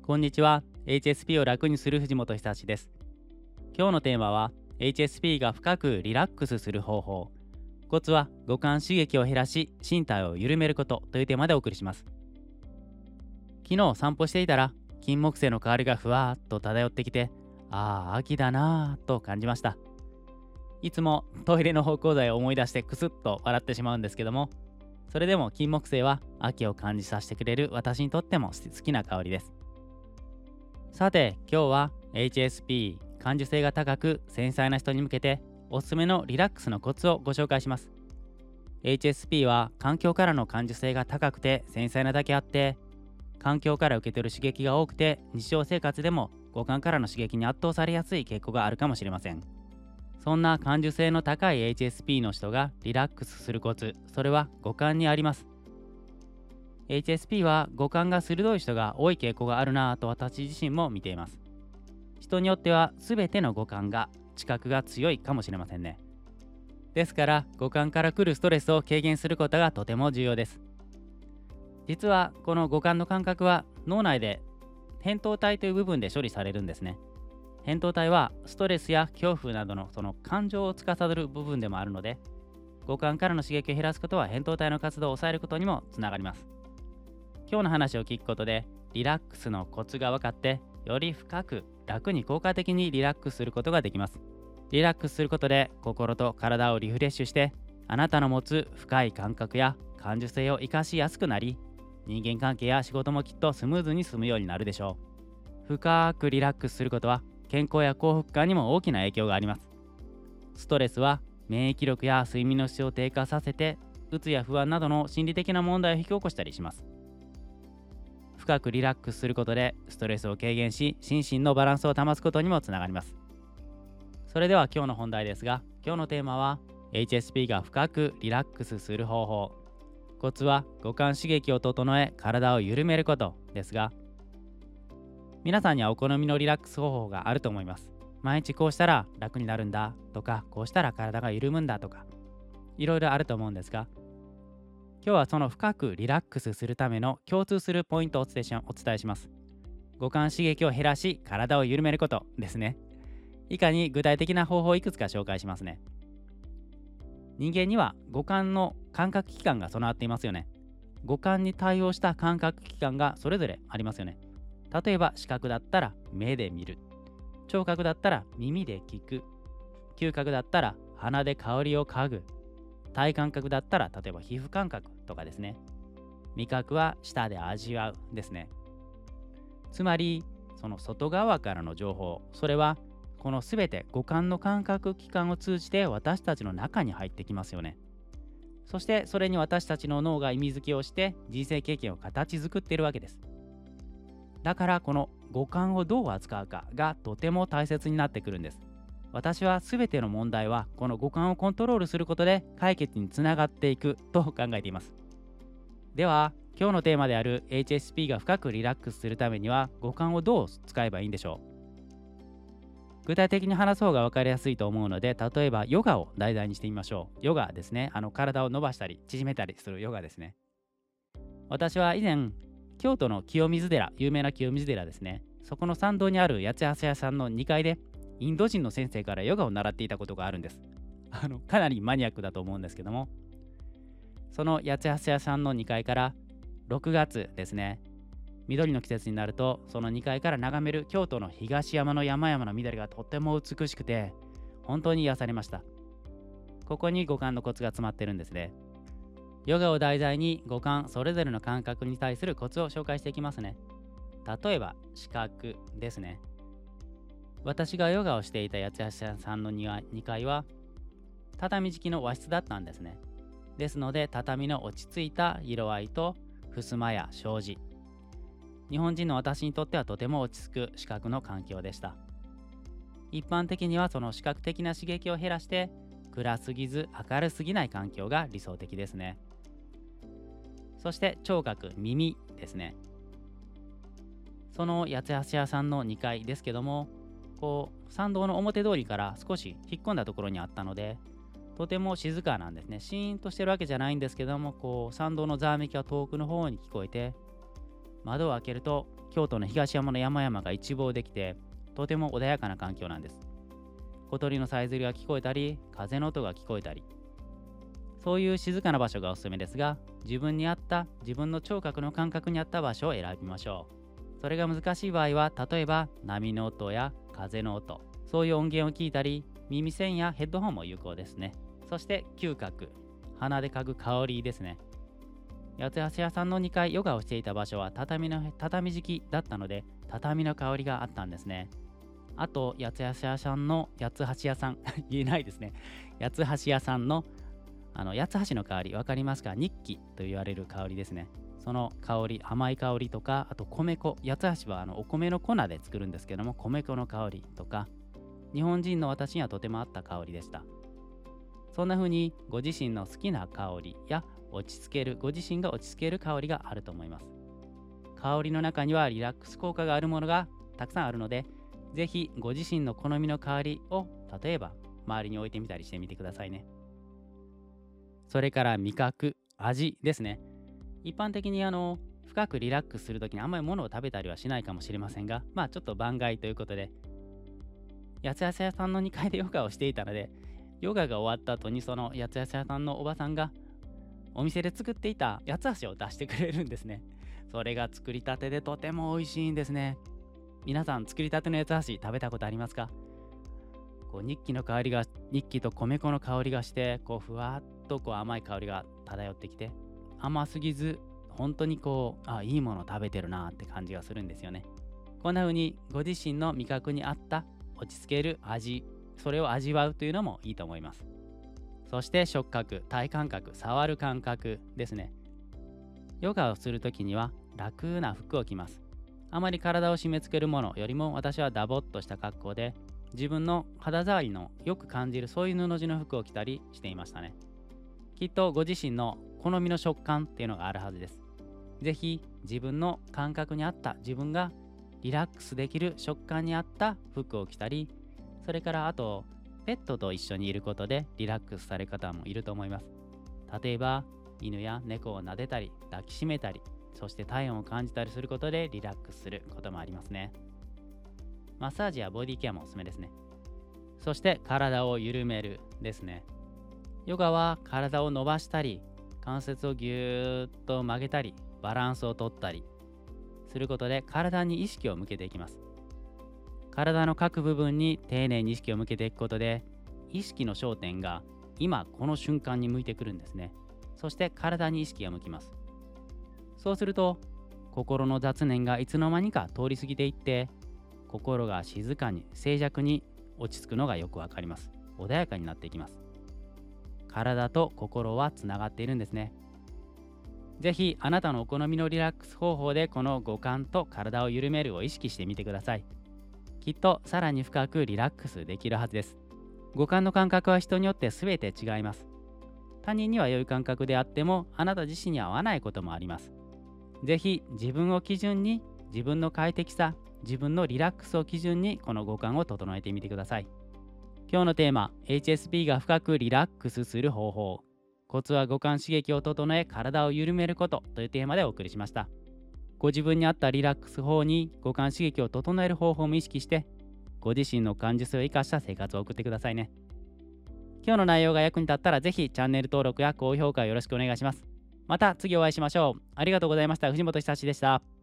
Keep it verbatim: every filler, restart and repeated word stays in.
こんにちは。 エイチエスピー を楽にする藤本久志です。今日のテーマは エイチエスピー が深くリラックスする方法、コツは五感刺激を減らし身体を緩めることというテーマでお送りします。昨日散歩していたら金木犀の香りがふわーっと漂ってきて、ああ秋だなーと感じました。いつもトイレの芳香剤を思い出してクスッと笑ってしまうんですけども、それでも金木犀は秋を感じさせてくれる私にとっても好きな香りです。さて今日は エイチエスピー 感受性が高く繊細な人に向けておすすめのリラックスのコツをご紹介します。 エイチエスピー は環境からの感受性が高くて繊細なだけあって、環境から受け取る刺激が多くて日常生活でも五感からの刺激に圧倒されやすい傾向があるかもしれません。そんな感受性の高い エイチエスピー の人がリラックスするコツ、それは五感にあります。エイチエスピー は五感が鋭い人が多い傾向があるなぁと私自身も見ています。人によっては全ての五感が知覚が強いかもしれませんね。ですから五感から来るストレスを軽減することがとても重要です。実はこの五感の感覚は脳内で扁桃体という部分で処理されるんですね。扁桃体はストレスや恐怖などのその感情を司る部分でもあるので、五感からの刺激を減らすことは扁桃体の活動を抑えることにもつながります。今日の話を聞くことでリラックスのコツが分かって、より深く楽に効果的にリラックスすることができます。リラックスすることで心と体をリフレッシュして、あなたの持つ深い感覚や感受性を生かしやすくなり、人間関係や仕事もきっとスムーズに進むようになるでしょう。深くリラックスすることは健康や幸福感にも大きな影響があります。ストレスは免疫力や睡眠の質を低下させて、うつや不安などの心理的な問題を引き起こしたりします。深くリラックスすることでストレスを軽減し、心身のバランスを保つことにもつながります。それでは今日の本題ですが、今日のテーマは エイチエスピー が深くリラックスする方法、コツは五感刺激を整え体を緩めることですが、皆さんにはお好みのリラックス方法があると思います。毎日こうしたら楽になるんだとか、こうしたら体が緩むんだとか、いろいろあると思うんですが、今日はその深くリラックスするための共通するポイントをお伝えしお伝えします。五感刺激を減らし体を緩めることですね。以下に具体的な方法をいくつか紹介しますね。人間には五感の感覚器官が備わっていますよね。五感に対応した感覚器官がそれぞれありますよね。例えば視覚だったら目で見る、聴覚だったら耳で聞く、嗅覚だったら鼻で香りを嗅ぐ、体感覚だったら例えば皮膚感覚とかですね。味覚は舌で味わうですね。つまりその外側からの情報、それはこのすべて五感の感覚器官を通じて私たちの中に入ってきますよね。そしてそれに私たちの脳が意味付けをして人生経験を形作っているわけです。だからこの五感をどう扱うかがとても大切になってくるんです。私はすべての問題はこの五感をコントロールすることで解決につながっていくと考えています。では今日のテーマである エイチエスピー が深くリラックスするためには五感をどう使えばいいんでしょう。具体的に話す方が分かりやすいと思うので、例えばヨガを題材にしてみましょう。ヨガですね。あの体を伸ばしたり縮めたりするヨガですね。私は以前京都の清水寺、有名な清水寺ですね、そこの参道にある八つ橋屋さんのにかいでインド人の先生からヨガを習っていたことがあるんです。あのかなりマニアックだと思うんですけども、その八つ橋屋さんのにかいからろくがつですね、緑の季節になるとそのにかいから眺める京都の東山の山々の緑がとても美しくて本当に癒されました。ここに五感のコツが詰まってるんですね。ヨガを題材に五感それぞれの感覚に対するコツを紹介していきますね。例えば視覚ですね。私がヨガをしていた八つ橋さんのにかいは畳敷きの和室だったんですね。ですので畳の落ち着いた色合いと襖や障子、日本人の私にとってはとても落ち着く視覚の環境でした。一般的にはその視覚的な刺激を減らして暗すぎず明るすぎない環境が理想的ですね。そして聴覚、耳ですね。その八つ橋屋さんのにかいですけども、こう参道の表通りから少し引っ込んだところにあったので、とても静かなんですね。シーンとしてるわけじゃないんですけども、こう参道のざわめきは遠くの方に聞こえて、窓を開けると京都の東山の山々が一望できて、とても穏やかな環境なんです。小鳥のさえずりが聞こえたり、風の音が聞こえたり、そういう静かな場所がおすすめですが、自分に合った自分の聴覚の感覚に合った場所を選びましょう。それが難しい場合は、例えば波の音や風の音、そういう音源を聞いたり、耳栓やヘッドホンも有効ですね。そして嗅覚、鼻で嗅ぐ香りですね。八つ橋屋さんのにかいヨガをしていた場所は畳の畳敷きだったので、畳の香りがあったんですね。あと八つ橋屋さんの八つ橋屋さん言えないですね。八つ橋屋さんのあの八つ橋の香り、わかりますか？日記と言われる香りですね。その香り、甘い香りとか、あと米粉、八つ橋はあのお米の粉で作るんですけども、米粉の香りとか、日本人の私にはとても合った香りでした。そんな風にご自身の好きな香りや落ち着ける、ご自身が落ち着ける香りがあると思います。香りの中にはリラックス効果があるものがたくさんあるので、ぜひご自身の好みの香りを例えば周りに置いてみたりしてみてくださいね。それから味覚、味ですね。一般的にあの深くリラックスするときにあんまり物を食べたりはしないかもしれませんが、まあちょっと番外ということで、八つ橋屋さんのにかいでヨガをしていたので、ヨガが終わった後にその八つ橋屋さんのおばさんがお店で作っていた八つ橋を出してくれるんですね。それが作りたてでとても美味しいんですね。皆さん作りたての八つ橋食べたことありますか？こう日記の香りが、日記と米粉の香りがして、こうふわっとこう甘い香りが漂ってきて、甘すぎず本当にこうあいいもの食べてるなって感じがするんですよね。こんな風にご自身の味覚に合った落ち着ける味、それを味わうというのもいいと思います。そして触覚、体感覚、触る感覚ですね。ヨガをするときには楽な服を着ます。あまり体を締め付けるものよりも、私はダボっとした格好で自分の肌触りのよく感じるそういう布地の服を着たりしていましたね。きっとご自身の好みの食感っていうのがあるはずです。ぜひ自分の感覚に合った、自分がリラックスできる食感に合った服を着たり、それからあとペットと一緒にいることでリラックスされる方もいると思います。例えば犬や猫を撫でたり抱きしめたり、そして体温を感じたりすることでリラックスすることもありますね。マッサージやボディケアもおすすめですね。そして体を緩めるですね。ヨガは体を伸ばしたり、関節をぎゅーっと曲げたり、バランスをとったりすることで体に意識を向けていきます。体の各部分に丁寧に意識を向けていくことで、意識の焦点が今この瞬間に向いてくるんですね。そして体に意識が向きます。そうすると心の雑念がいつの間にか通り過ぎていって、心が静かに静寂に落ち着くのがよくわかります。穏やかになっていきます。体と心はつながっているんですね。ぜひあなたのお好みのリラックス方法でこの五感と体を緩めるを意識してみてください。きっとさらに深くリラックスできるはずです。五感の感覚は人によって全て違います。他人には良い感覚であっても、あなた自身には合わないこともあります。ぜひ自分を基準に、自分の快適さ、自分のリラックスを基準にこの五感を整えてみてください。今日のテーマ、エイチエスピー が深くリラックスする方法。コツは五感刺激を整え、体を緩めることというテーマでお送りしました。ご自分に合ったリラックス法に五感刺激を整える方法も意識して、ご自身の感受性を生かした生活を送ってくださいね。今日の内容が役に立ったら、ぜひチャンネル登録や高評価よろしくお願いします。また次お会いしましょう。ありがとうございました。藤本久志でした。